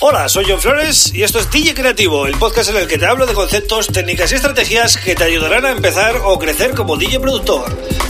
Hola, soy John Flores y esto es DJ Creativo, el podcast en el que te hablo de conceptos, técnicas y estrategias que te ayudarán a empezar o crecer como DJ productor.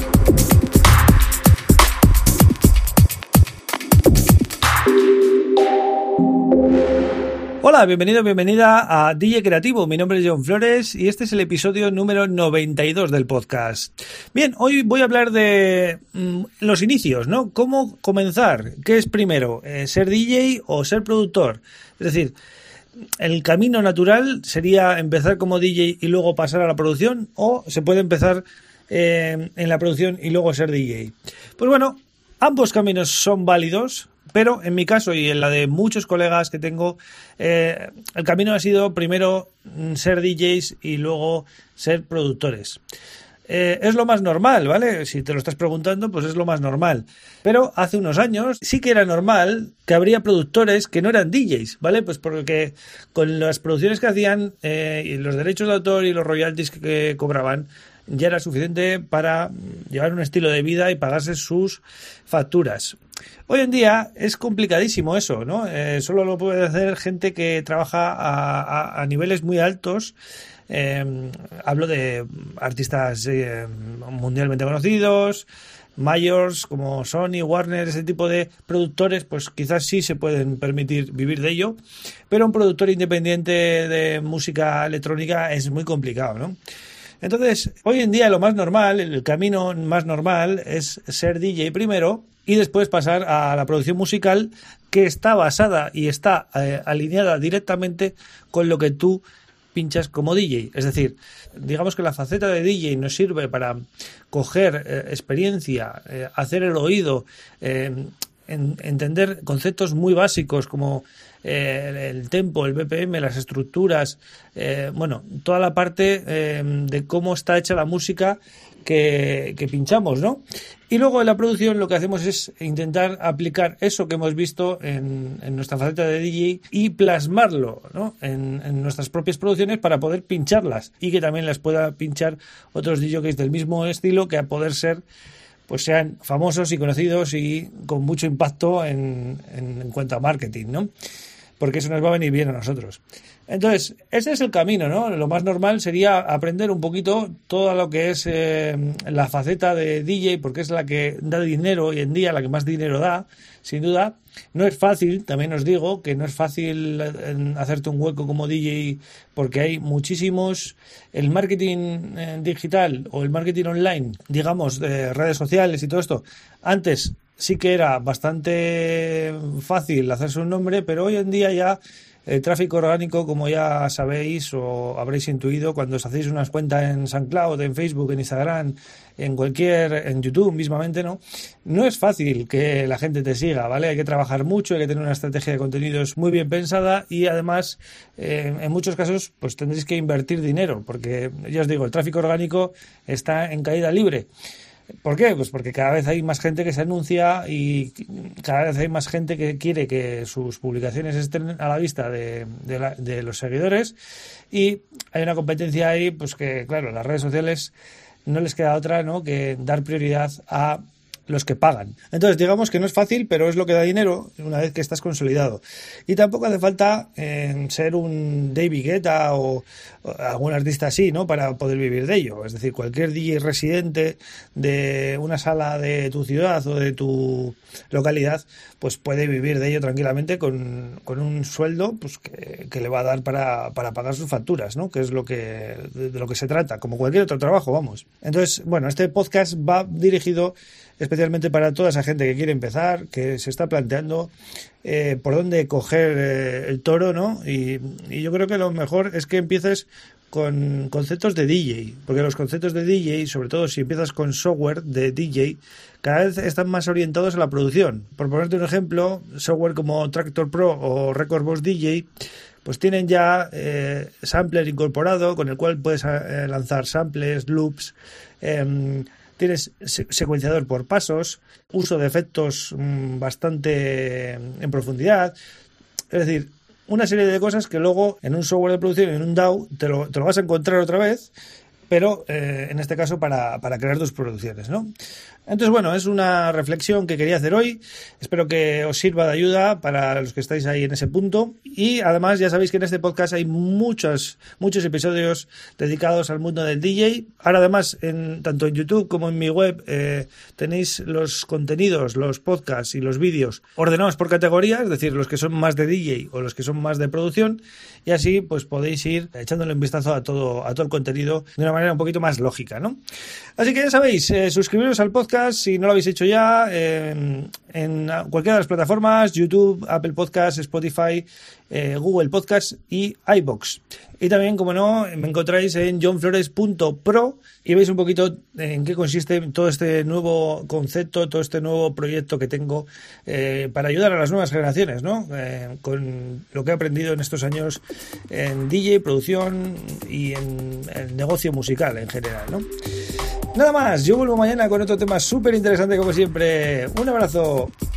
Hola, bienvenida a DJ Creativo. Mi nombre es John Flores y este es el episodio número 92 del podcast. Bien, hoy voy a hablar de los inicios, ¿no? ¿Cómo comenzar? ¿Qué es primero? ¿Ser DJ o ser productor? Es decir, el camino natural sería empezar como DJ y luego pasar a la producción, o se puede empezar en la producción y luego ser DJ. Pues bueno, ambos caminos son válidos. Pero en mi caso y en la de muchos colegas que tengo, el camino ha sido primero ser DJs y luego ser productores. Es lo más normal, ¿vale? Si te lo estás preguntando, pues es lo más normal. Pero hace unos años sí que era normal que habría productores que no eran DJs, ¿vale? Pues porque con las producciones que hacían y los derechos de autor y los royalties que cobraban, ya era suficiente para llevar un estilo de vida y pagarse sus facturas. Hoy en día es complicadísimo eso, ¿no? Solo lo puede hacer gente que trabaja a niveles muy altos. Hablo de artistas mundialmente conocidos, majors como Sony, Warner, ese tipo de productores, pues quizás sí se pueden permitir vivir de ello, pero un productor independiente de música electrónica es muy complicado, ¿no? Entonces, hoy en día lo más normal, el camino más normal es ser DJ primero y después pasar a la producción musical, que está basada y está alineada directamente con lo que tú pinchas como DJ. Es decir, digamos que la faceta de DJ nos sirve para coger experiencia, hacer el oído, entender conceptos muy básicos como el tempo, el BPM, las estructuras, toda la parte de cómo está hecha la música que pinchamos, ¿no? Y luego en la producción lo que hacemos es intentar aplicar eso que hemos visto en nuestra faceta de DJ y plasmarlo, ¿no? en nuestras propias producciones para poder pincharlas y que también las pueda pinchar otros DJs del mismo estilo, que a poder ser pues sean famosos y conocidos y con mucho impacto en cuanto a marketing, ¿no? Porque eso nos va a venir bien a nosotros. Entonces, ese es el camino, ¿no? Lo más normal sería aprender un poquito todo lo que es la faceta de DJ, porque es la que da dinero hoy en día, la que más dinero da, sin duda. No es fácil, también os digo que no es fácil hacerte un hueco como DJ, porque hay muchísimos. El marketing digital o el marketing online, digamos, de redes sociales y todo esto, antes sí que era bastante fácil hacerse un nombre, pero hoy en día ya el tráfico orgánico, como ya sabéis o habréis intuido, cuando os hacéis unas cuentas en SoundCloud, en Facebook, en Instagram, en YouTube mismamente, no es fácil que la gente te siga, ¿vale? Hay que trabajar mucho, hay que tener una estrategia de contenidos muy bien pensada y además en muchos casos pues tendréis que invertir dinero, porque ya os digo, el tráfico orgánico está en caída libre. ¿Por qué? Pues porque cada vez hay más gente que se anuncia y cada vez hay más gente que quiere que sus publicaciones estén a la vista de los seguidores, y hay una competencia ahí, pues que claro, las redes sociales no les queda otra, ¿no?, que dar prioridad a los que pagan. Entonces, digamos que no es fácil, pero es lo que da dinero una vez que estás consolidado. Y tampoco hace falta ser un David Guetta o algún artista así, ¿no?, para poder vivir de ello. Es decir, cualquier DJ residente de una sala de tu ciudad o de tu localidad, pues puede vivir de ello tranquilamente con un sueldo pues que le va a dar para pagar sus facturas, ¿no?, que es de lo que se trata, como cualquier otro trabajo, vamos. Entonces, bueno, este podcast va dirigido especialmente para toda esa gente que quiere empezar, que se está planteando por dónde coger el toro, ¿no? Y yo creo que lo mejor es que empieces con conceptos de DJ, porque los conceptos de DJ, sobre todo si empiezas con software de DJ, cada vez están más orientados a la producción. Por ponerte un ejemplo, software como Tractor Pro o Record Boss DJ, pues tienen ya sampler incorporado, con el cual puedes lanzar samples, loops, tienes secuenciador por pasos, uso de efectos bastante en profundidad. Es decir, una serie de cosas que luego en un software de producción, en un DAW, te lo vas a encontrar otra vez, pero en este caso para crear tus producciones, ¿no? Entonces, bueno, es una reflexión que quería hacer hoy. Espero que os sirva de ayuda para los que estáis ahí en ese punto. Y además, ya sabéis que en este podcast hay muchos episodios dedicados al mundo del DJ. Ahora, además, tanto en YouTube como en mi web tenéis los contenidos, los podcasts y los vídeos ordenados por categorías, es decir, los que son más de DJ o los que son más de producción. Y así, pues podéis ir echándole un vistazo a todo el contenido de una manera un poquito más lógica, ¿no? Así que ya sabéis, suscribiros al podcast si no lo habéis hecho ya en cualquiera de las plataformas: YouTube, Apple Podcasts, Spotify, Google Podcasts y iVoox. Y también, como no, me encontráis en johnflores.pro y veis un poquito en qué consiste todo este nuevo concepto, todo este nuevo proyecto que tengo para ayudar a las nuevas generaciones, ¿no? Con lo que he aprendido en estos años en DJ, producción y en el negocio musical en general, ¿no? Nada más, yo vuelvo mañana con otro tema súper interesante como siempre. Un abrazo.